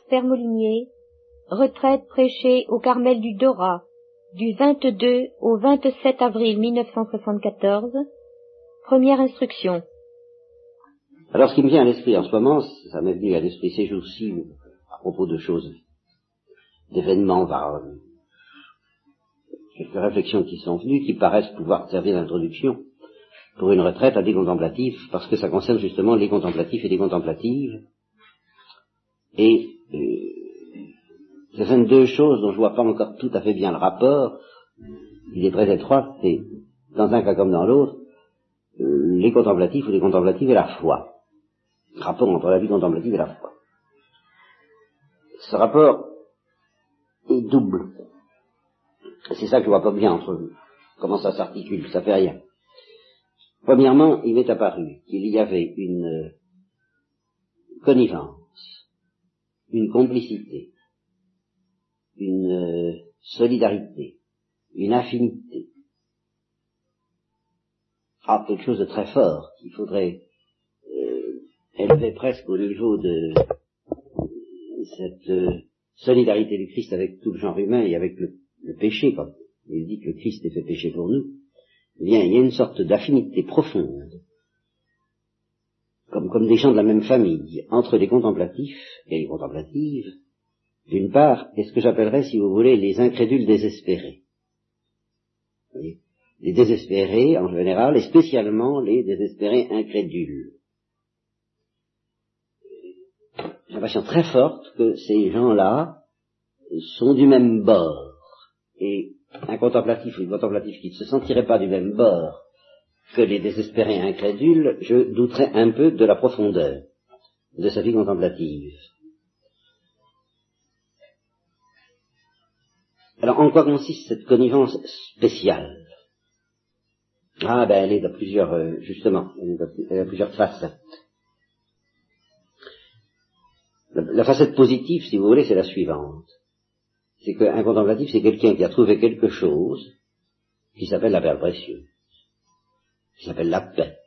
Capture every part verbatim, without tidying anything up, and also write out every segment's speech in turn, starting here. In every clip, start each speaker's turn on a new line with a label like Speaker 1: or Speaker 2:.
Speaker 1: Père Molinier, retraite prêchée au Carmel du Dorat, du vingt-deux au vingt-sept avril mille neuf cent soixante-quatorze, première instruction.
Speaker 2: Alors, ce qui me vient à l'esprit en ce moment, ça m'est venu à l'esprit ces jours-ci, à propos de choses, d'événements, var- quelques réflexions qui sont venues, qui paraissent pouvoir servir d'introduction pour une retraite à des contemplatifs, parce que ça concerne justement les contemplatifs et les contemplatives. Et euh, ce sont deux choses dont je vois pas encore tout à fait bien le rapport. Il est très étroit, c'est, dans un cas comme dans l'autre, euh, les contemplatifs ou les contemplatives et la foi. Le rapport entre la vie contemplative et la foi. Ce rapport est double. C'est ça que je vois pas bien entre eux. Comment ça s'articule, ça fait rien. Premièrement, il m'est apparu qu'il y avait une connivence, une complicité, une solidarité, une affinité. Ah, quelque chose de très fort qu'il faudrait euh, élever presque au niveau de cette euh, solidarité du Christ avec tout le genre humain et avec le, le péché, quand il dit que le Christ est fait péché pour nous. Eh bien, il y a une sorte d'affinité profonde, comme, comme des gens de la même famille, entre les contemplatifs et les contemplatives, d'une part, et ce que j'appellerais, si vous voulez, les incrédules désespérés. Vous voyez, les désespérés en général, et spécialement les désespérés incrédules. J'ai l'impression très forte que ces gens-là sont du même bord, et un contemplatif ou une contemplative qui ne se sentirait pas du même bord que les désespérés incrédules, je douterais un peu de la profondeur de sa vie contemplative. Alors, en quoi consiste cette connivence spéciale? Ah, ben, elle est de plusieurs, euh, justement, elle est de, elle est de plusieurs facettes. La, la facette positive, si vous voulez, c'est la suivante. C'est qu'un contemplatif, c'est quelqu'un qui a trouvé quelque chose qui s'appelle la perle précieuse, qui s'appelle la paix,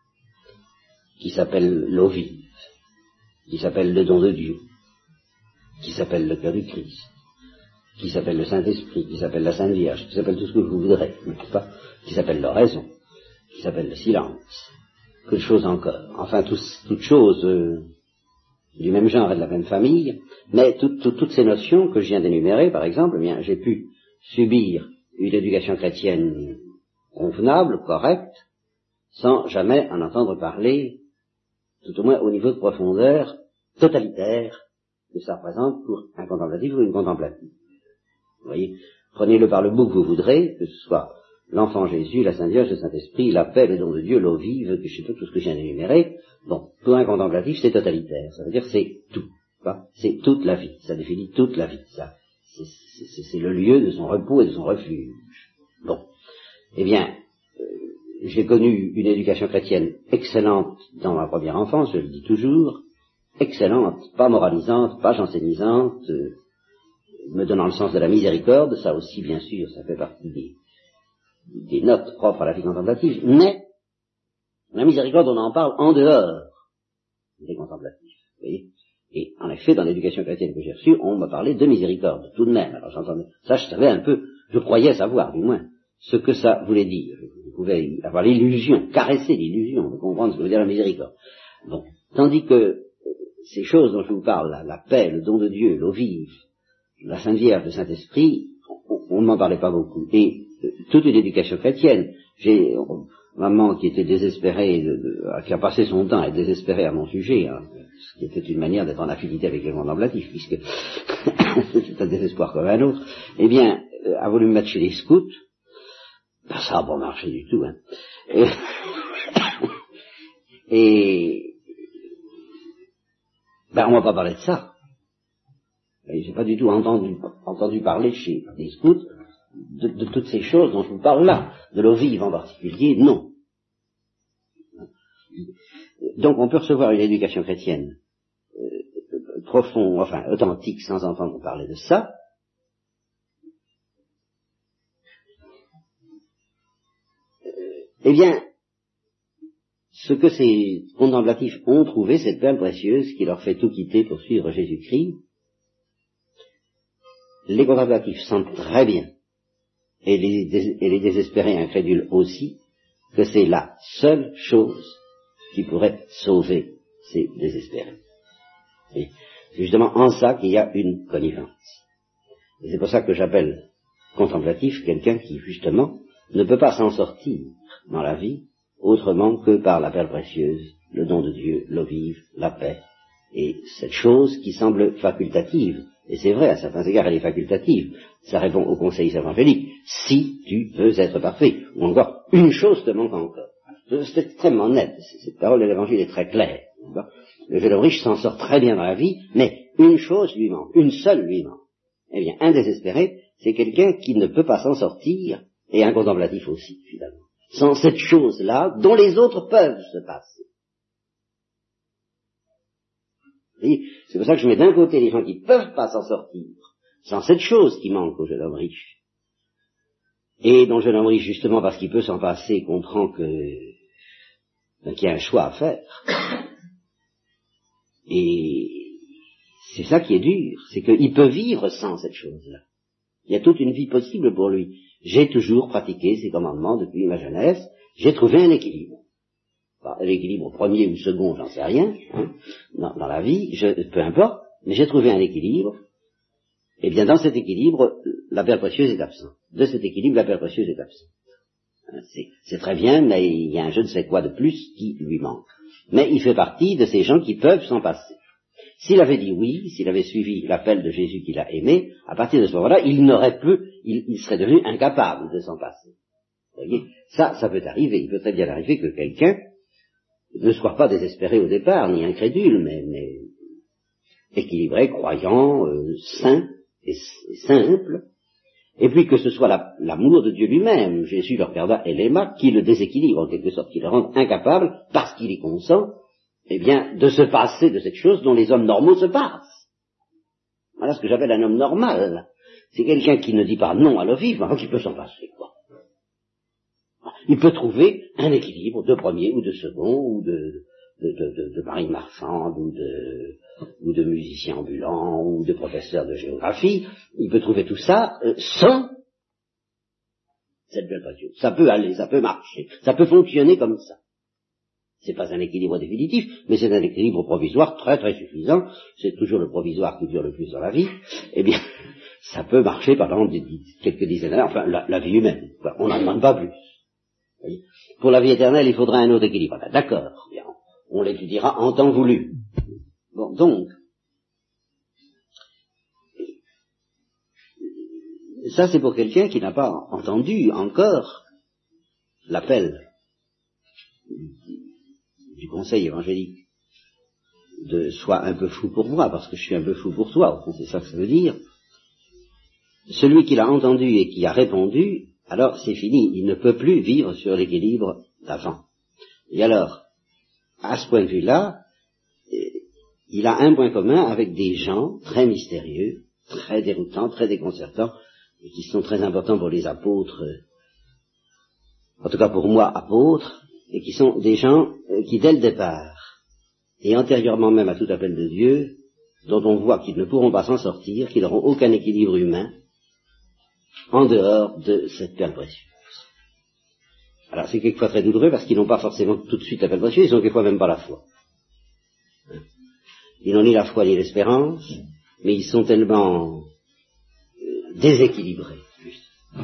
Speaker 2: qui s'appelle l'eau vive, qui s'appelle le don de Dieu, qui s'appelle le cœur du Christ, qui s'appelle le Saint-Esprit, qui s'appelle la Sainte Vierge, qui s'appelle tout ce que vous voudrez, n'est-ce pas, qui s'appelle l'oraison, qui s'appelle le silence, que de choses encore, enfin tous, toutes choses euh, du même genre et de la même famille, mais tout, tout, toutes ces notions que je viens d'énumérer, par exemple, eh bien, j'ai pu subir une éducation chrétienne convenable, correcte, sans jamais en entendre parler, tout au moins au niveau de profondeur totalitaire que ça représente pour un contemplatif ou une contemplative. Vous voyez, prenez-le par le bout que vous voudrez, que ce soit l'enfant Jésus, la Sainte Vierge, le Saint-Esprit, la paix, le don de Dieu, l'eau vive, que je sais pas, tout ce que je viens d'énumérer. Bon, pour un contemplatif, c'est totalitaire, ça veut dire c'est tout, quoi. C'est toute la vie, ça définit toute la vie, ça. C'est, c'est, c'est le lieu de son repos et de son refuge. Bon, eh bien, euh, j'ai connu une éducation chrétienne excellente dans ma première enfance, je le dis toujours, excellente, pas moralisante, pas jansénisante, euh, me donnant le sens de la miséricorde, ça aussi bien sûr, ça fait partie des, des notes propres à la vie contemplative, mais la miséricorde, on en parle en dehors des contemplatifs, vous voyez. Et en effet, dans l'éducation chrétienne que j'ai reçue, on m'a parlé de miséricorde, tout de même. Alors j'entendais, ça je savais un peu, je croyais savoir du moins, ce que ça voulait dire. Je pouvais avoir l'illusion, caresser l'illusion de comprendre ce que veut dire la miséricorde. Bon, tandis que ces choses dont je vous parle, la, la paix, le don de Dieu, l'eau vive, la Sainte Vierge, le Saint-Esprit, on, on ne m'en parlait pas beaucoup. Et euh, toute une éducation chrétienne, j'ai euh, maman qui était désespérée, de, de, qui a passé son temps à être désespérée à mon sujet, hein, ce qui était une manière d'être en affinité avec les contemplatifs, puisque c'est un désespoir comme un autre, eh bien, euh, a voulu me mettre chez les scouts. Ben, ça n'a pas marché du tout. Hein. Et, et ben, on m'a pas parlé de ça. Et j'ai pas du tout entendu, entendu parler chez les scouts de, de toutes ces choses dont je vous parle là, de l'eau vive en particulier, non. Donc on peut recevoir une éducation chrétienne euh, profonde, enfin authentique, sans entendre parler de ça. Euh, eh bien, ce que ces contemplatifs ont trouvé, cette perle précieuse qui leur fait tout quitter pour suivre Jésus-Christ, les contemplatifs sentent très bien, et les, et les désespérés incrédules aussi, que c'est la seule chose qui pourrait sauver ces désespérés. Et c'est justement en ça qu'il y a une connivence. Et c'est pour ça que j'appelle contemplatif quelqu'un qui, justement, ne peut pas s'en sortir dans la vie autrement que par la perle précieuse, le don de Dieu, l'eau vive, la paix, et cette chose qui semble facultative. Et c'est vrai, à certains égards, elle est facultative. Ça répond au conseil évangélique. Si tu veux être parfait, ou encore, une chose te manque encore. C'est extrêmement net. Cette parole de l'évangile est très claire. Le jeune homme riche s'en sort très bien dans la vie, mais une chose lui manque, une seule lui manque. Eh bien, un désespéré, c'est quelqu'un qui ne peut pas s'en sortir, et un contemplatif aussi, finalement. Sans cette chose-là, dont les autres peuvent se passer. C'est pour ça que je mets d'un côté les gens qui ne peuvent pas s'en sortir, sans cette chose qui manque au jeune homme riche. Et dont le jeune homme riche, justement parce qu'il peut s'en passer, comprend que, ben, qu'il y a un choix à faire. Et c'est ça qui est dur, c'est qu'il peut vivre sans cette chose-là. Il y a toute une vie possible pour lui. J'ai toujours pratiqué ces commandements depuis ma jeunesse, j'ai trouvé un équilibre. Enfin, l'équilibre premier ou second, j'en sais rien, hein, dans, dans la vie, je, peu importe, mais j'ai trouvé un équilibre. Et bien dans cet équilibre, la perle précieuse est absente. De cet équilibre, la perle précieuse est absente. C'est, c'est très bien, mais il y a un je ne sais quoi de plus qui lui manque. Mais il fait partie de ces gens qui peuvent s'en passer. S'il avait dit oui, s'il avait suivi l'appel de Jésus qu'il a aimé, à partir de ce moment-là, il n'aurait plus, il, il serait devenu incapable de s'en passer. Vous voyez, ça, ça peut arriver. Il peut très bien arriver que quelqu'un ne soit pas désespéré au départ, ni incrédule, mais, mais équilibré, croyant, euh, saint et, et simple, et puis que ce soit la, l'amour de Dieu lui-même, Jésus le regarda et l'aima, qui le déséquilibre en quelque sorte, qui le rend incapable, parce qu'il y consent, eh bien, de se passer de cette chose dont les hommes normaux se passent. Voilà ce que j'appelle un homme normal. C'est quelqu'un qui ne dit pas non à l'eau vive, mais qui peut s'en passer, quoi. Il peut trouver un équilibre de premier ou de second, ou de, de, de, de, de marine marchande, ou de, ou de musicien ambulant, ou de professeur de géographie. Il peut trouver tout ça euh, sans cette belle précieuse. Ça peut aller, ça peut marcher, ça peut fonctionner comme ça. C'est pas un équilibre définitif, mais c'est un équilibre provisoire très très suffisant. C'est toujours le provisoire qui dure le plus dans la vie. Eh bien, ça peut marcher pendant quelques dizaines d'années, enfin la, la vie humaine. On n'en demande pas plus. Pour la vie éternelle, il faudra un autre équilibre. D'accord, bien, on l'étudiera en temps voulu. Bon, donc, ça c'est pour quelqu'un qui n'a pas entendu encore l'appel du conseil évangélique de sois un peu fou pour moi, parce que je suis un peu fou pour toi, au fond c'est ça que ça veut dire. Celui qui l'a entendu et qui a répondu, alors c'est fini, il ne peut plus vivre sur l'équilibre d'avant. Et alors, à ce point de vue-là, il a un point commun avec des gens très mystérieux, très déroutants, très déconcertants, et qui sont très importants pour les apôtres, en tout cas pour moi, apôtres, et qui sont des gens qui, dès le départ, et antérieurement même à tout appel de Dieu, dont on voit qu'ils ne pourront pas s'en sortir, qu'ils n'auront aucun équilibre humain, en dehors de cette perle précieuse. Alors c'est quelquefois très douloureux parce qu'ils n'ont pas forcément tout de suite la perle précieuse, ils n'ont quelquefois même pas la foi. Ils n'ont ni la foi ni l'espérance, mais ils sont tellement déséquilibrés, juste.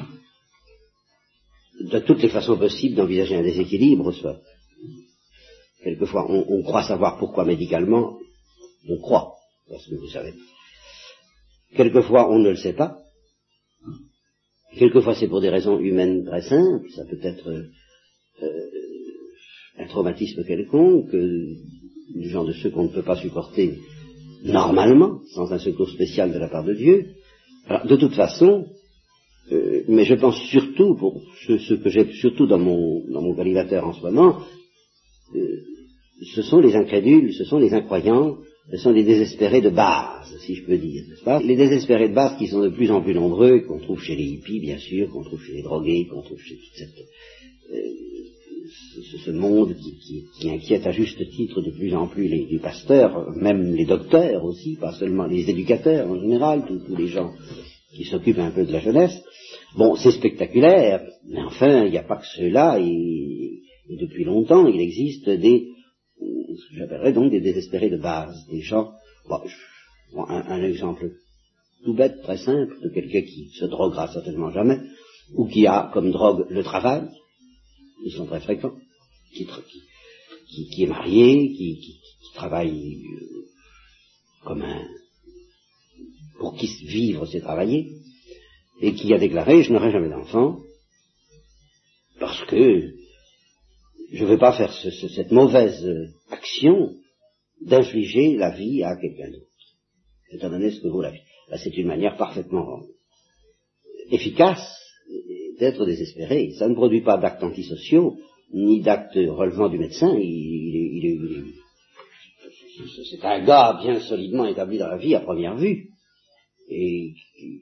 Speaker 2: De toutes les façons possibles d'envisager un déséquilibre, soit. Quelquefois on, on croit savoir pourquoi médicalement, on croit, parce que vous savez. Quelquefois on ne le sait pas. Quelquefois c'est pour des raisons humaines très simples, ça peut être euh, un traumatisme quelconque, euh, du genre de ceux qu'on ne peut pas supporter normalement, sans un secours spécial de la part de Dieu. Alors, de toute façon, euh, mais je pense surtout, pour ce, ce que j'ai surtout dans mon, dans mon collimateur en ce moment, euh, ce sont les incrédules, ce sont les incroyants, ce sont les désespérés de base, si je peux dire, n'est-ce pas? Les désespérés de base qui sont de plus en plus nombreux, qu'on trouve chez les hippies, bien sûr, qu'on trouve chez les drogués, qu'on trouve chez toute cette, euh, ce, ce monde qui, qui, qui inquiète à juste titre de plus en plus les, les pasteurs, même les docteurs aussi, pas seulement les éducateurs en général, tous, tous les gens qui s'occupent un peu de la jeunesse. Bon, c'est spectaculaire, mais enfin, il n'y a pas que ceux-là, et, et depuis longtemps, il existe des, ce que j'appellerais donc des désespérés de base, des gens, bon, je, bon, un, un exemple tout bête, très simple, de quelqu'un qui se droguera certainement jamais, ou qui a comme drogue le travail, ils sont très fréquents, qui, qui, qui est marié, qui, qui, qui travaille euh, comme un, pour qui vivre c'est travailler, et qui a déclaré, je n'aurai jamais d'enfant, parce que je ne veux pas faire ce, ce, cette mauvaise action d'infliger la vie à quelqu'un d'autre, étant donné ce que vaut la vie. Là, c'est une manière parfaitement efficace d'être désespéré. Ça ne produit pas d'actes antisociaux, ni d'actes relevant du médecin. Il, il, il, il, c'est un gars bien solidement établi dans la vie à première vue. Et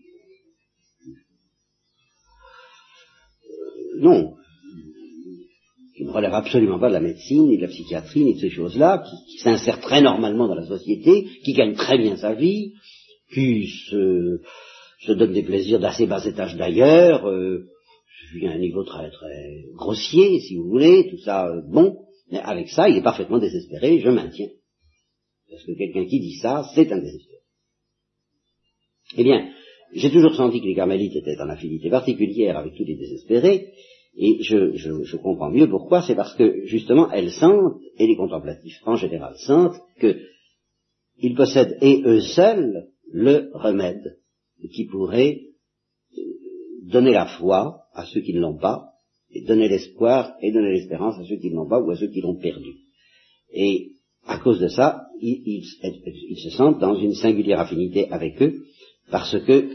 Speaker 2: non, qui ne relève absolument pas de la médecine, ni de la psychiatrie, ni de ces choses-là, qui, qui s'insère très normalement dans la société, qui gagne très bien sa vie, qui se, se donne des plaisirs d'assez bas étage d'ailleurs, euh, à un niveau très très grossier, si vous voulez, tout ça, euh, bon, mais avec ça, il est parfaitement désespéré, je maintiens. Parce que quelqu'un qui dit ça, c'est un désespéré. Eh bien, j'ai toujours senti que les carmélites étaient en affinité particulière avec tous les désespérés, et je, je, je comprends mieux pourquoi, c'est parce que, justement, elles sentent, et les contemplatifs en général sentent, qu'ils possèdent, et eux seuls, le remède qui pourrait donner la foi à ceux qui ne l'ont pas, et donner l'espoir et donner l'espérance à ceux qui ne l'ont pas ou à ceux qui l'ont perdu. Et à cause de ça, ils, ils, ils se sentent dans une singulière affinité avec eux, parce que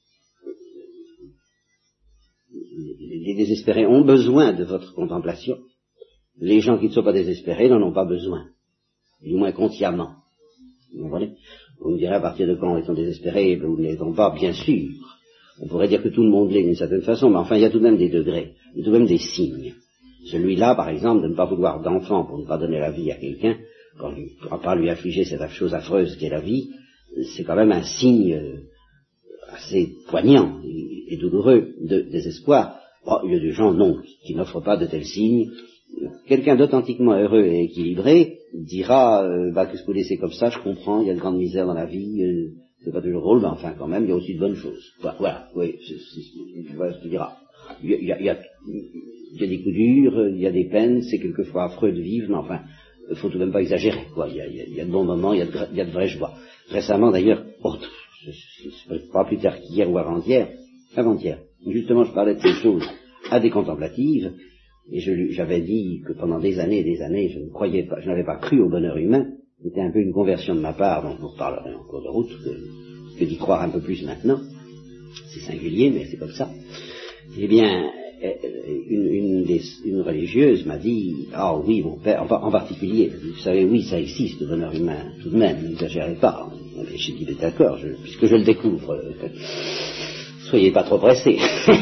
Speaker 2: les désespérés ont besoin de votre contemplation. Les gens qui ne sont pas désespérés n'en ont pas besoin, du moins consciemment. Vous comprenez ? Vous me direz à partir de quand ils sont désespérés, vous ne les ont pas, bien sûr. On pourrait dire que tout le monde l'est d'une certaine façon, mais enfin il y a tout de même des degrés, il y a tout de même des signes. Celui-là, par exemple, de ne pas vouloir d'enfant pour ne pas donner la vie à quelqu'un, pour ne pas lui affliger cette chose affreuse qu'est la vie, c'est quand même un signe assez poignant et douloureux de désespoir. Bon, il y a des gens, non, qui n'offrent pas de tels signes. Quelqu'un d'authentiquement heureux et équilibré dira, euh, bah, qu'est-ce que vous laissez comme ça, je comprends, il y a de grandes misères dans la vie, euh, c'est pas toujours drôle, mais enfin, quand même, il y a aussi de bonnes choses. Voilà, voilà oui, c'est, c'est, voilà ce que tu diras. Il y a, il y a, il y a, il y a des coups durs, il y a des peines, c'est quelquefois affreux de vivre, mais enfin, il faut tout de même pas exagérer, quoi. Il y a, il y a, il y a de bons moments, il y a de, il y a de vraies joies. Récemment, d'ailleurs, oh, c'est pas plus tard qu'hier ou avant-hier, avant-hier, justement, je parlais de ces choses à des contemplatives, et je, j'avais dit que pendant des années et des années, je ne croyais pas, je n'avais pas cru au bonheur humain. C'était un peu une conversion de ma part, dont je vous reparlerai en cours de route, que, que d'y croire un peu plus maintenant. C'est singulier, mais c'est comme ça. Eh bien, une, une, des, une religieuse m'a dit, ah oui, mon père, en, en particulier, vous savez, oui, ça existe, le bonheur humain, tout de même, n'exagérez pas. Et j'ai dit, d'accord, je, puisque je le découvre, euh, soyez pas trop pressés.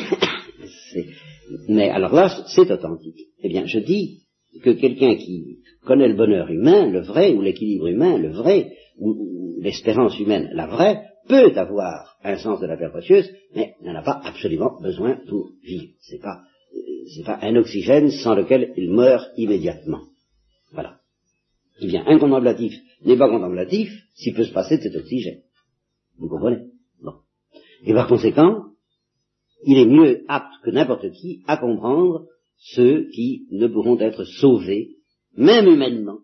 Speaker 2: Mais alors là, c'est authentique. Eh bien, je dis que quelqu'un qui connaît le bonheur humain, le vrai, ou l'équilibre humain, le vrai, ou, ou l'espérance humaine, la vraie, peut avoir un sens de la terre précieuse, mais n'en a pas absolument besoin pour vivre. C'est pas, euh, c'est pas un oxygène sans lequel il meurt immédiatement. Voilà. Eh bien, un contemplatif n'est pas contemplatif s'il peut se passer de cet oxygène. Vous comprenez? Bon. Et par conséquent, il est mieux apte que n'importe qui à comprendre ceux qui ne pourront être sauvés, même humainement,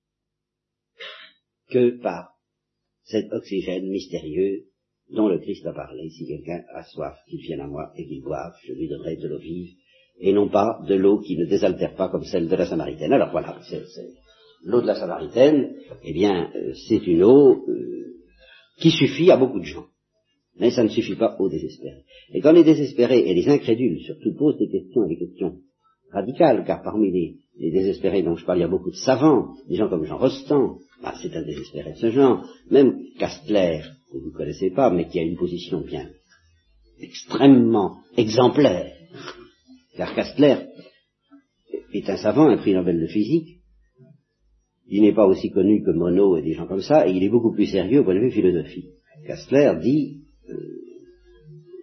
Speaker 2: que par cet oxygène mystérieux dont le Christ a parlé. Si quelqu'un a soif, qu'il vienne à moi et qu'il boive, je lui donnerai de l'eau vive, et non pas de l'eau qui ne désaltère pas comme celle de la Samaritaine. Alors voilà, c'est, c'est, l'eau de la Samaritaine, eh bien, euh, c'est une eau euh, qui suffit à beaucoup de gens. Mais ça ne suffit pas aux désespérés. Et quand les désespérés et les incrédules, surtout, posent des questions, des questions radicales, car parmi les, les désespérés dont je parle, il y a beaucoup de savants, des gens comme Jean Rostand, bah, c'est un désespéré de ce genre, même Castler, que vous ne connaissez pas, mais qui a une position bien extrêmement exemplaire, car Castler est un savant, un prix Nobel de physique, il n'est pas aussi connu que Monod et des gens comme ça, et il est beaucoup plus sérieux au point de vue philosophique. Castler dit, Euh,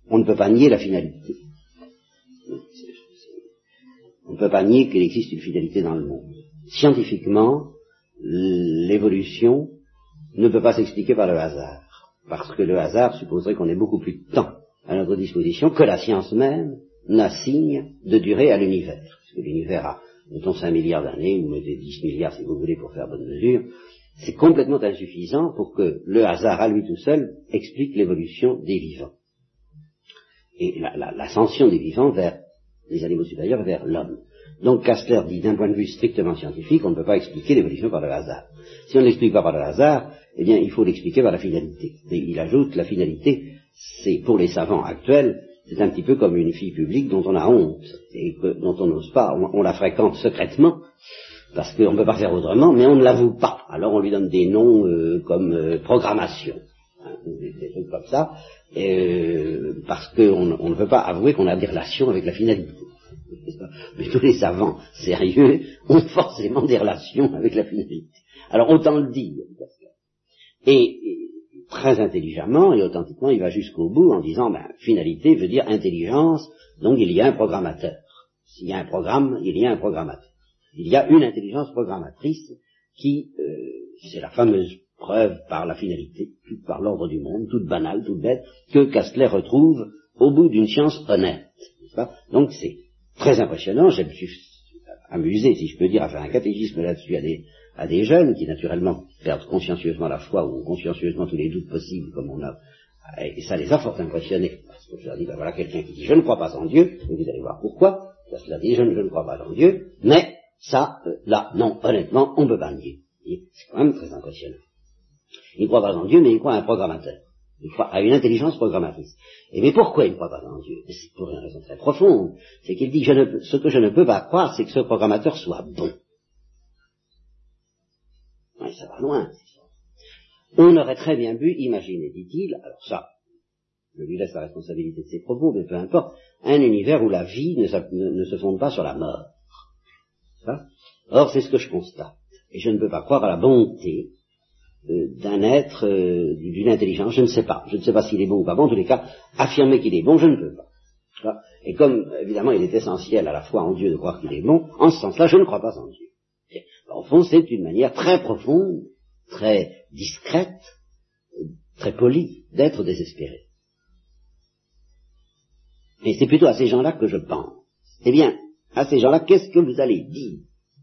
Speaker 2: on ne peut pas nier la finalité. On ne peut pas nier qu'il existe une finalité dans le monde. Scientifiquement, l'évolution ne peut pas s'expliquer par le hasard, parce que le hasard supposerait qu'on ait beaucoup plus de temps à notre disposition que la science même n'assigne de durée à l'univers. Parce que l'univers a, mettons, cinq milliards d'années, ou mettez dix milliards si vous voulez pour faire bonne mesure, c'est complètement insuffisant pour que le hasard à lui tout seul explique l'évolution des vivants. Et l'ascension la, la, des vivants vers les animaux supérieurs vers l'homme. Donc Kastler dit d'un point de vue strictement scientifique, on ne peut pas expliquer l'évolution par le hasard. Si on ne l'explique pas par le hasard, eh bien il faut l'expliquer par la finalité. Et il ajoute, la finalité, c'est pour les savants actuels, c'est un petit peu comme une fille publique dont on a honte, et que, dont on n'ose pas, on, on la fréquente secrètement, parce qu'on ne peut pas faire autrement, mais on ne l'avoue pas. Alors on lui donne des noms euh, comme euh, programmation, hein, des, des trucs comme ça, et, euh, parce qu'on on ne veut pas avouer qu'on a des relations avec la finalité. Mais tous les savants sérieux ont forcément des relations avec la finalité. Alors autant le dire. Et, et très intelligemment et authentiquement, il va jusqu'au bout en disant, ben, finalité veut dire intelligence, donc il y a un programmateur. S'il y a un programme, il y a un programmateur. Il y a une intelligence programmatrice qui, euh, c'est la fameuse preuve par la finalité, par l'ordre du monde, toute banale, toute bête, que Kastler retrouve au bout d'une science honnête. N'est-ce pas ? Donc c'est très impressionnant, je me suis amusé, si je peux dire, à faire un catéchisme là-dessus à des, à des jeunes qui naturellement perdent consciencieusement la foi ou consciencieusement tous les doutes possibles comme on a, et ça les a fort impressionnés, parce que je leur dis, ben voilà quelqu'un qui dit je ne crois pas en Dieu, et vous allez voir pourquoi, parce qu'il a dit je ne, je ne crois pas en Dieu, mais ça, euh, là, non, honnêtement, on ne peut pas nier. C'est quand même très impressionnant. Il ne croit pas en Dieu, mais il croit à un programmateur. Il croit à une intelligence programmatrice. Et mais pourquoi il ne croit pas en Dieu? C'est pour une raison très profonde. C'est qu'il dit, je ne, ce que je ne peux pas croire, c'est que ce programmateur soit bon. Ouais, ça va loin. On aurait très bien pu imaginer, dit-il, alors ça, je lui laisse la responsabilité de ses propos, mais peu importe, un univers où la vie ne, ne, ne se fonde pas sur la mort. Ça. Or, c'est ce que je constate. Et je ne peux pas croire à la bonté Euh, d'un être, euh, d'une intelligence, je ne sais pas. Je ne sais pas s'il est bon ou pas bon, en tous les cas, affirmer qu'il est bon, je ne peux pas. Et comme, évidemment, il est essentiel à la fois en Dieu de croire qu'il est bon, en ce sens-là, je ne crois pas en Dieu. Au fond, c'est une manière très profonde, très discrète, très polie d'être désespéré. Et c'est plutôt à ces gens-là que je pense. Eh bien, à ces gens-là, qu'est-ce que vous allez dire?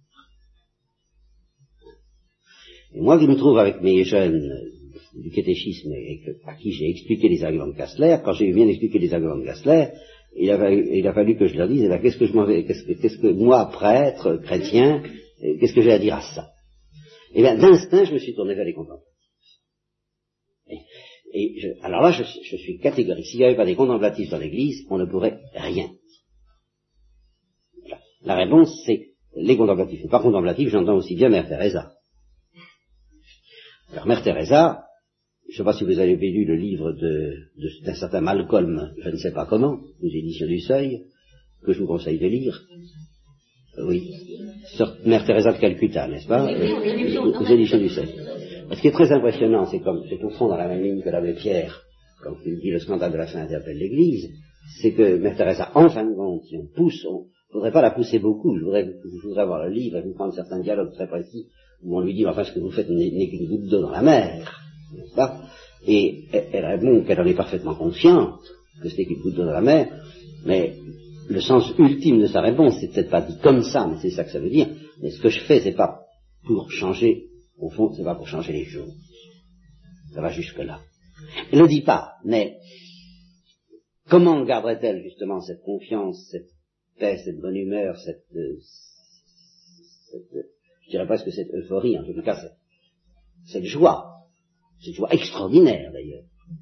Speaker 2: Et moi qui me trouve avec mes jeunes euh, du catéchisme et que, à qui j'ai expliqué les arguments de Kastler, quand j'ai bien expliqué les arguments de Kastler, il a, il a fallu que je leur dise, eh ben, qu'est-ce que je m'en vais, qu'est-ce que, qu'est-ce que moi, prêtre, chrétien, qu'est-ce que j'ai à dire à ça? Eh bien, d'instinct, je me suis tourné vers les contemplatifs. Et, et je, alors là, je, je suis catégorique. S'il n'y avait pas des contemplatifs dans l'Église, on ne pourrait rien. Voilà. La réponse, c'est les contemplatifs. Et par contemplatifs, j'entends aussi bien Mère Teresa. Alors, Mère Teresa, je ne sais pas si vous avez lu le livre de, de, d'un certain Malcolm, je ne sais pas comment, aux éditions du Seuil, que je vous conseille de lire. Euh, oui. Sur Mère Teresa de Calcutta, n'est-ce pas? euh, Aux éditions du Seuil. Ce qui est très impressionnant, c'est comme, c'est au fond dans la même ligne que l'abbé Pierre, quand il dit le scandale de la fin interpelle l'Église, c'est que Mère Teresa, en fin de compte, si on pousse, on ne faudrait pas la pousser beaucoup, je voudrais, je voudrais avoir le livre et vous prendre certains dialogues très précis, où on lui dit, enfin, ce que vous faites n'est qu'une goutte d'eau dans la mer, n'est-ce pas? Et elle répond qu'elle en est parfaitement consciente, que ce n'est qu'une goutte d'eau dans la mer, mais le sens ultime de sa réponse, c'est peut-être pas dit comme ça, mais c'est ça que ça veut dire, mais ce que je fais, c'est pas pour changer, au fond, c'est pas pour changer les choses. Ça va jusque-là. Elle ne le dit pas, mais comment garderait-elle justement cette confiance, cette paix, cette bonne humeur, cette, euh, cette je dirais presque cette euphorie, en tout cas cette, cette joie, cette joie extraordinaire d'ailleurs.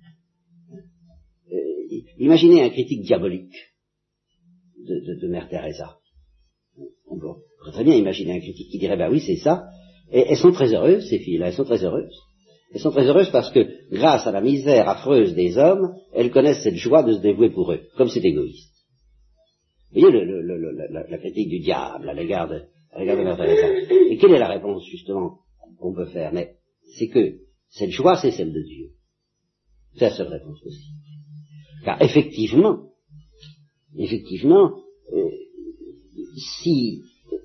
Speaker 2: Euh, imaginez un critique diabolique de, de, de Mère Teresa. On peut très bien imaginer un critique qui dirait, ben oui, c'est ça, et elles sont très heureuses, ces filles-là, elles sont très heureuses. Elles sont très heureuses parce que, grâce à la misère affreuse des hommes, elles connaissent cette joie de se dévouer pour eux, comme c'est égoïste. Vous voyez le, le, le, la, la critique du diable à l'égard de Regardez Mère Teresa. Et quelle est la réponse, justement, qu'on peut faire? Mais c'est que cette joie, c'est celle de Dieu. C'est la seule réponse aussi. Car effectivement, effectivement, euh, si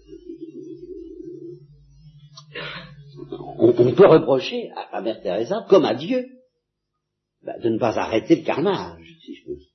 Speaker 2: on, on peut reprocher à, à Mère Teresa, comme à Dieu, bah, de ne pas arrêter le carnage, si je peux dire.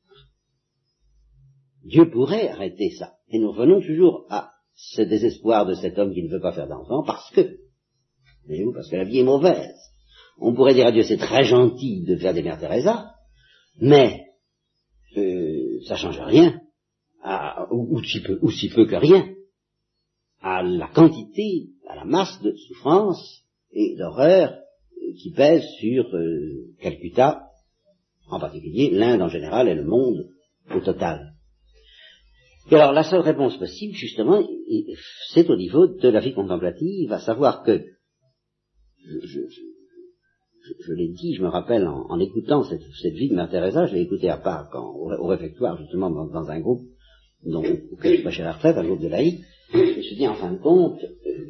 Speaker 2: Dieu pourrait arrêter ça. Et nous revenons toujours à ce désespoir de cet homme qui ne veut pas faire d'enfant parce que, voyez-vous, parce que la vie est mauvaise. On pourrait dire à Dieu, c'est très gentil de faire des Mères Teresa, mais euh, ça change rien, à, ou, ou, si peu, ou si peu que rien, à la quantité, à la masse de souffrance et d'horreur qui pèse sur euh, Calcutta, en particulier l'Inde en général et le monde au total. Et alors la seule réponse possible, justement, c'est au niveau de la vie contemplative, à savoir que, je, je, je, je l'ai dit, je me rappelle en, en écoutant cette, cette vie de Mère Teresa, je l'ai écoutée à part quand, au, au réfectoire, justement, dans, dans un groupe dont, auquel je passais à la retraite, un groupe de laïcs, je me suis dit, en fin de compte, euh,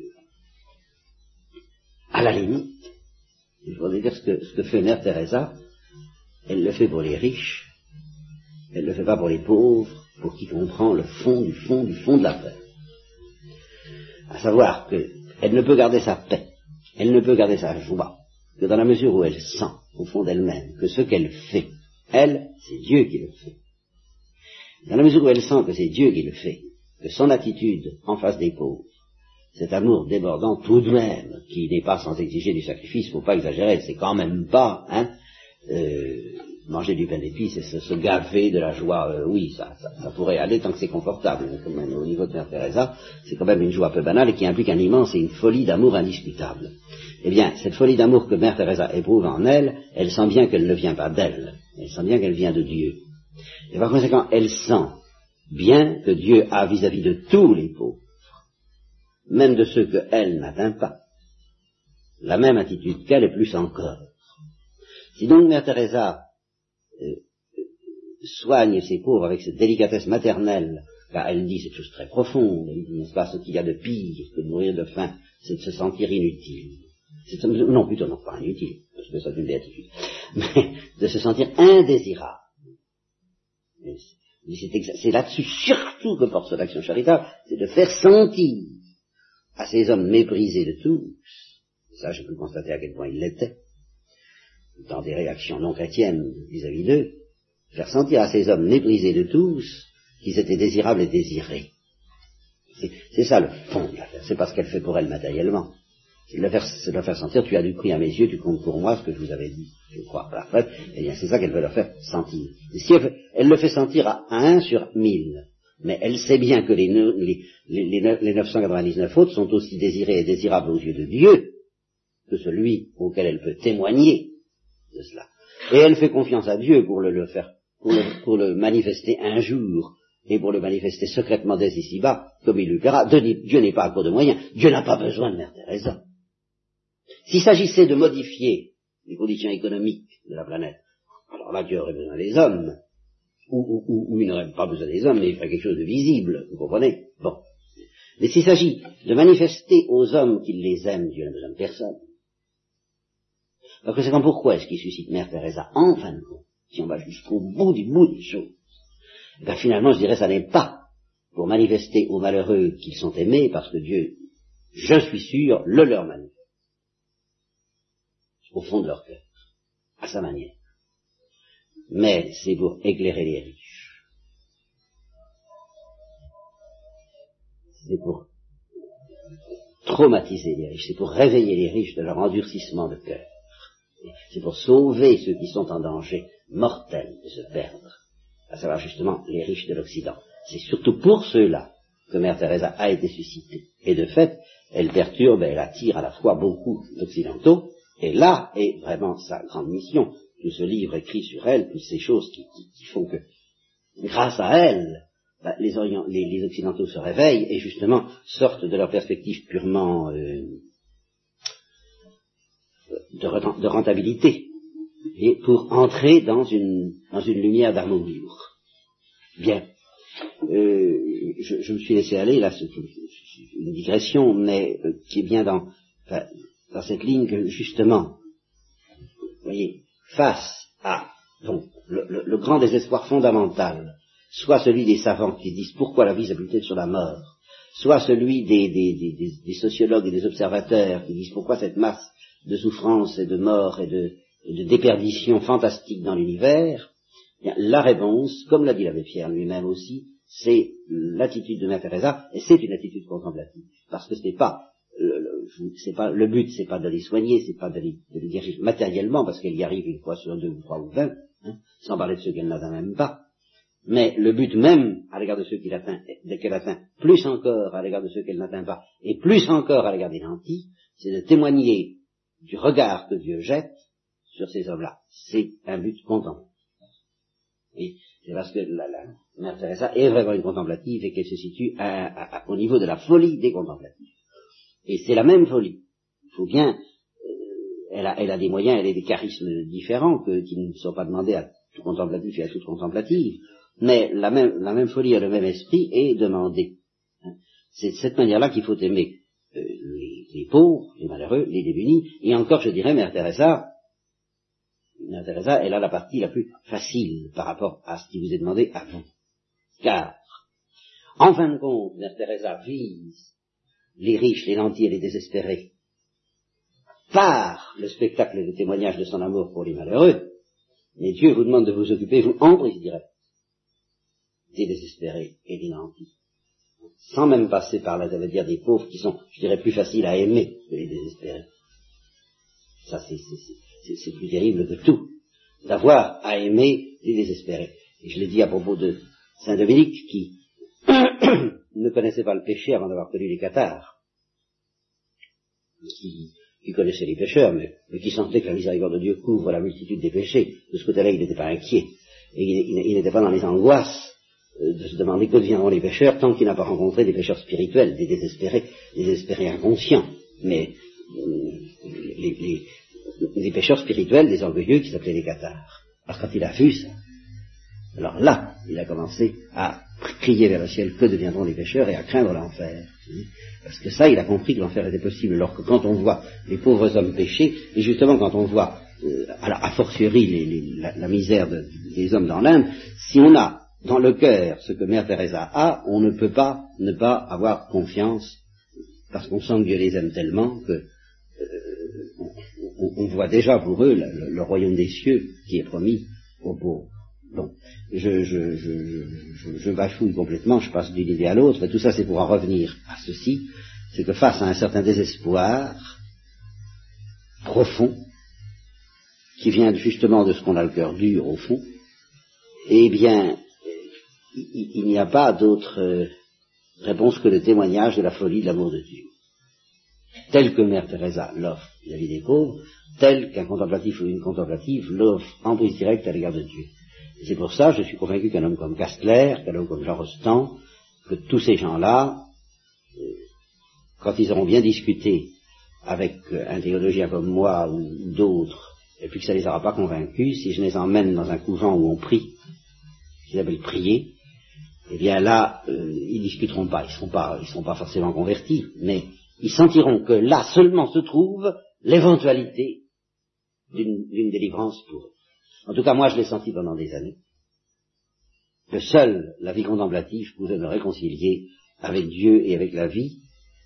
Speaker 2: à la limite, je voudrais dire ce que, ce que fait Mère Teresa, elle le fait pour les riches, elle ne le fait pas pour les pauvres, pour qui comprend le fond du fond du fond de l'affaire. À savoir qu'elle ne peut garder sa paix, elle ne peut garder sa joie, que dans la mesure où elle sent, au fond d'elle-même, que ce qu'elle fait, elle, c'est Dieu qui le fait. Dans la mesure où elle sent que c'est Dieu qui le fait, que son attitude en face des pauvres, cet amour débordant tout de même, qui n'est pas sans exiger du sacrifice, faut pas exagérer, c'est quand même pas, hein, euh, manger du pain d'épices et se, se gaver de la joie, euh, oui, ça, ça, ça pourrait aller tant que c'est confortable, mais comme au niveau de Mère Teresa, c'est quand même une joie peu banale et qui implique un immense et une folie d'amour indiscutable. Eh bien, cette folie d'amour que Mère Teresa éprouve en elle, elle sent bien qu'elle ne vient pas d'elle, elle sent bien qu'elle vient de Dieu. Et par conséquent, elle sent bien que Dieu a vis-à-vis de tous les pauvres, même de ceux qu'elle n'atteint pas, la même attitude qu'elle et plus encore. Si donc Mère Teresa euh, soigne ses pauvres avec cette délicatesse maternelle, car elle dit cette chose très profonde, elle dit, n'est-ce pas, ce qu'il y a de pire que de mourir de faim, c'est de se sentir inutile. C'est, non, plutôt non, pas inutile, parce que ça c'est une béatitude, mais de se sentir indésirable. C'est, c'est là-dessus surtout que porte son action charitable, c'est de faire sentir à ces hommes méprisés de tous, ça j'ai pu constater à quel point ils l'étaient, dans des réactions non chrétiennes vis-à-vis d'eux, faire sentir à ces hommes méprisés de tous qu'ils étaient désirables et désirés. C'est, c'est ça le fond de l'affaire, c'est pas ce qu'elle fait pour elle matériellement. C'est de la faire, c'est de la faire sentir, tu as du prix à mes yeux, tu comptes pour moi, ce que je vous avais dit, je crois. Voilà. Eh bien, c'est ça qu'elle veut leur faire sentir. Et si elle, fait, elle le fait sentir à un sur mille, mais elle sait bien que les, les, les, les neuf cent quatre-vingt-dix-neuf autres sont aussi désirés et désirables aux yeux de Dieu que celui auquel elle peut témoigner de cela. Et elle fait confiance à Dieu pour le, le faire, pour le, pour le manifester un jour, et pour le manifester secrètement dès ici-bas, comme il lui plaira. Dieu n'est pas à court de moyens. Dieu n'a pas besoin de Mère Teresa. S'il s'agissait de modifier les conditions économiques de la planète, alors là Dieu aurait besoin des hommes, ou, ou, ou, ou il n'aurait pas besoin des hommes, mais il ferait quelque chose de visible, vous comprenez? Bon. Mais s'il s'agit de manifester aux hommes qu'il les aime, Dieu n'a besoin de personne. Par conséquent, pourquoi est-ce qu'il suscite Mère Teresa en fin de compte, si on va jusqu'au bout du bout des choses? Eh bien, finalement, je dirais, ça n'est pas pour manifester aux malheureux qu'ils sont aimés, parce que Dieu, je suis sûr, le leur manifeste. Au fond de leur cœur, à sa manière. Mais c'est pour éclairer les riches. C'est pour traumatiser les riches, c'est pour réveiller les riches de leur endurcissement de cœur. C'est pour sauver ceux qui sont en danger mortel de se perdre, à savoir justement les riches de l'Occident. C'est surtout pour ceux-là que Mère Teresa a été suscitée. Et de fait, elle perturbe et elle attire à la fois beaucoup d'Occidentaux. Et là est vraiment sa grande mission, tout ce livre écrit sur elle, toutes ces choses qui, qui, qui font que, grâce à elle, bah, les, Orient, les, les Occidentaux se réveillent et justement sortent de leur perspective purement euh, de, de rentabilité, et pour entrer dans une, dans une lumière d'amour. Bien, euh, je, je me suis laissé aller, là c'est une digression, mais euh, qui est bien dans... Enfin, dans cette ligne que, justement, vous voyez, face à, donc, le, le, le grand désespoir fondamental, soit celui des savants qui disent pourquoi la vie s'appuie sur la mort, soit celui des, des, des, des sociologues et des observateurs qui disent pourquoi cette masse de souffrance et de mort et de, et de déperdition fantastique dans l'univers, la réponse, comme l'a dit l'abbé Pierre lui-même aussi, c'est l'attitude de Mère Teresa, et c'est une attitude contemplative, parce que ce n'est pas, le, le, c'est pas le but, c'est pas d'aller soigner, c'est pas d'aller de les guérir matériellement, parce qu'elle y arrive une fois sur deux ou trois ou vingt, hein, sans parler de ceux qu'elle n'atteint même pas. Mais le but même à l'égard de ceux qu'elle atteint, qu'elle atteint, plus encore à l'égard de ceux qu'elle n'atteint pas, et plus encore à l'égard des nantis, c'est de témoigner du regard que Dieu jette sur ces hommes-là. C'est un but contemplatif. Et c'est parce que la, la Mère Teresa est vraiment une contemplative et qu'elle se situe à, à, à, au niveau de la folie des contemplatifs. Et c'est la même folie. Il faut bien, euh, elle, a, elle a des moyens, elle a des charismes différents que, qui ne sont pas demandés à tout contemplatif et à toute contemplative, mais la même, la même folie et le même esprit est demandé. C'est de cette manière-là qu'il faut aimer euh, les, les pauvres, les malheureux, les démunis, et encore je dirais Mère Teresa, Mère Teresa, elle a la partie la plus facile par rapport à ce qui vous est demandé à vous. Car, en fin de compte, Mère Teresa vise les riches, les nantis et les désespérés par le spectacle et le témoignage de son amour pour les malheureux, mais Dieu vous demande de vous occuper, vous, en prise directe, des désespérés et des nantis, sans même passer par l'intermédiaire des pauvres qui sont, je dirais, plus faciles à aimer que les désespérés. Ça, c'est, c'est, c'est, c'est plus terrible que tout, d'avoir à aimer les désespérés. Et je l'ai dit à propos de Saint Dominique, qui ne connaissait pas le péché avant d'avoir connu les cathares, qui, qui connaissait les pécheurs, mais, mais qui sentait que la miséricorde de Dieu couvre la multitude des péchés. De ce côté-là, il n'était pas inquiet. Et il, il, il n'était pas dans les angoisses de se demander que deviendront les pécheurs tant qu'il n'a pas rencontré des pécheurs spirituels, des désespérés, des désespérés inconscients. Mais les, les, les pécheurs spirituels, des orgueilleux qui s'appelaient les cathares. Alors quand il a vu ça, alors là, il a commencé à crier vers le ciel que deviendront les pécheurs et à craindre l'enfer. Parce que ça, il a compris que l'enfer était possible. Alors que quand on voit les pauvres hommes pécher, et justement quand on voit, euh, alors a fortiori les, les, la, la misère de, des hommes dans l'Inde, si on a dans le cœur ce que Mère Teresa a, on ne peut pas ne pas avoir confiance, parce qu'on sent que Dieu les aime tellement que euh, on, on, on voit déjà pour eux le, le, le royaume des cieux qui est promis aux pauvres. Bon, je, je, je, je, je bafouille complètement, je passe d'une idée à l'autre, et tout ça c'est pour en revenir à ceci, c'est que face à un certain désespoir profond, qui vient justement de ce qu'on a le cœur dur au fond, eh bien, il, il n'y a pas d'autre euh, réponse que le témoignage de la folie de l'amour de Dieu. Tel que Mère Teresa l'offre vis-à-vis des pauvres, tel qu'un contemplatif ou une contemplative l'offre en prise directe à l'égard de Dieu. Et c'est pour ça, je suis convaincu qu'un homme comme Castler, qu'un homme comme Jean Rostand, que tous ces gens-là, euh, quand ils auront bien discuté avec euh, un théologien comme moi ou d'autres, et puis que ça ne les aura pas convaincus, si je les emmène dans un couvent où on prie, qu'ils appellent prier, eh bien là, euh, ils discuteront pas, ils seront pas, ils seront pas forcément convertis, mais ils sentiront que là seulement se trouve l'éventualité d'une, d'une délivrance pour eux. En tout cas, moi, je l'ai senti pendant des années, que seule la vie contemplative pouvait me réconcilier avec Dieu et avec la vie,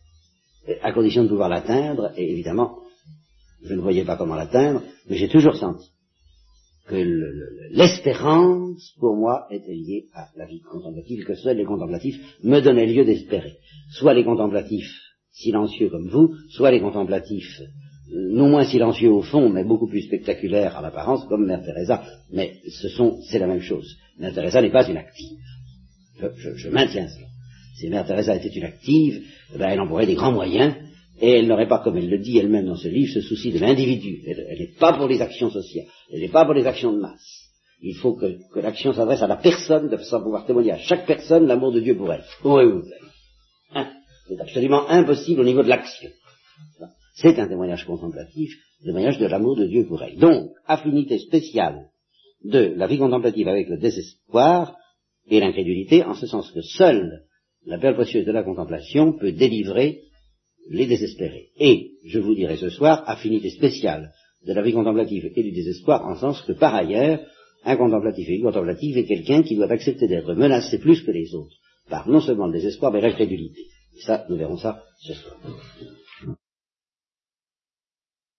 Speaker 2: à condition de pouvoir l'atteindre, et évidemment, je ne voyais pas comment l'atteindre, mais j'ai toujours senti que le, le, l'espérance, pour moi, était liée à la vie contemplative, que seuls les contemplatifs me donnaient lieu d'espérer. Soit les contemplatifs silencieux comme vous, soit les contemplatifs non moins silencieux au fond, mais beaucoup plus spectaculaires à l'apparence, comme Mère Teresa. Mais ce sont, c'est la même chose. Mère Teresa n'est pas une active. Je, je, je maintiens cela. Si Mère Teresa était une active, eh ben, elle emploierait des grands moyens, et elle n'aurait pas, comme elle le dit elle-même dans ce livre, ce souci de l'individu. Elle n'est pas pour les actions sociales, elle n'est pas pour les actions de masse. Il faut que, que l'action s'adresse à la personne, de façon à pouvoir témoigner à chaque personne l'amour de Dieu pour elle. Oui, oui, oui. Hein, c'est absolument impossible au niveau de l'action. C'est un témoignage contemplatif, un témoignage de l'amour de Dieu pour elle. Donc, affinité spéciale de la vie contemplative avec le désespoir et l'incrédulité, en ce sens que seule la perle précieuse de la contemplation peut délivrer les désespérés. Et, je vous dirai ce soir, affinité spéciale de la vie contemplative et du désespoir, en ce sens que par ailleurs, Un contemplatif et une contemplative est quelqu'un qui doit accepter d'être menacé plus que les autres par non seulement le désespoir, mais l'incrédulité. Et ça, nous verrons ça ce soir.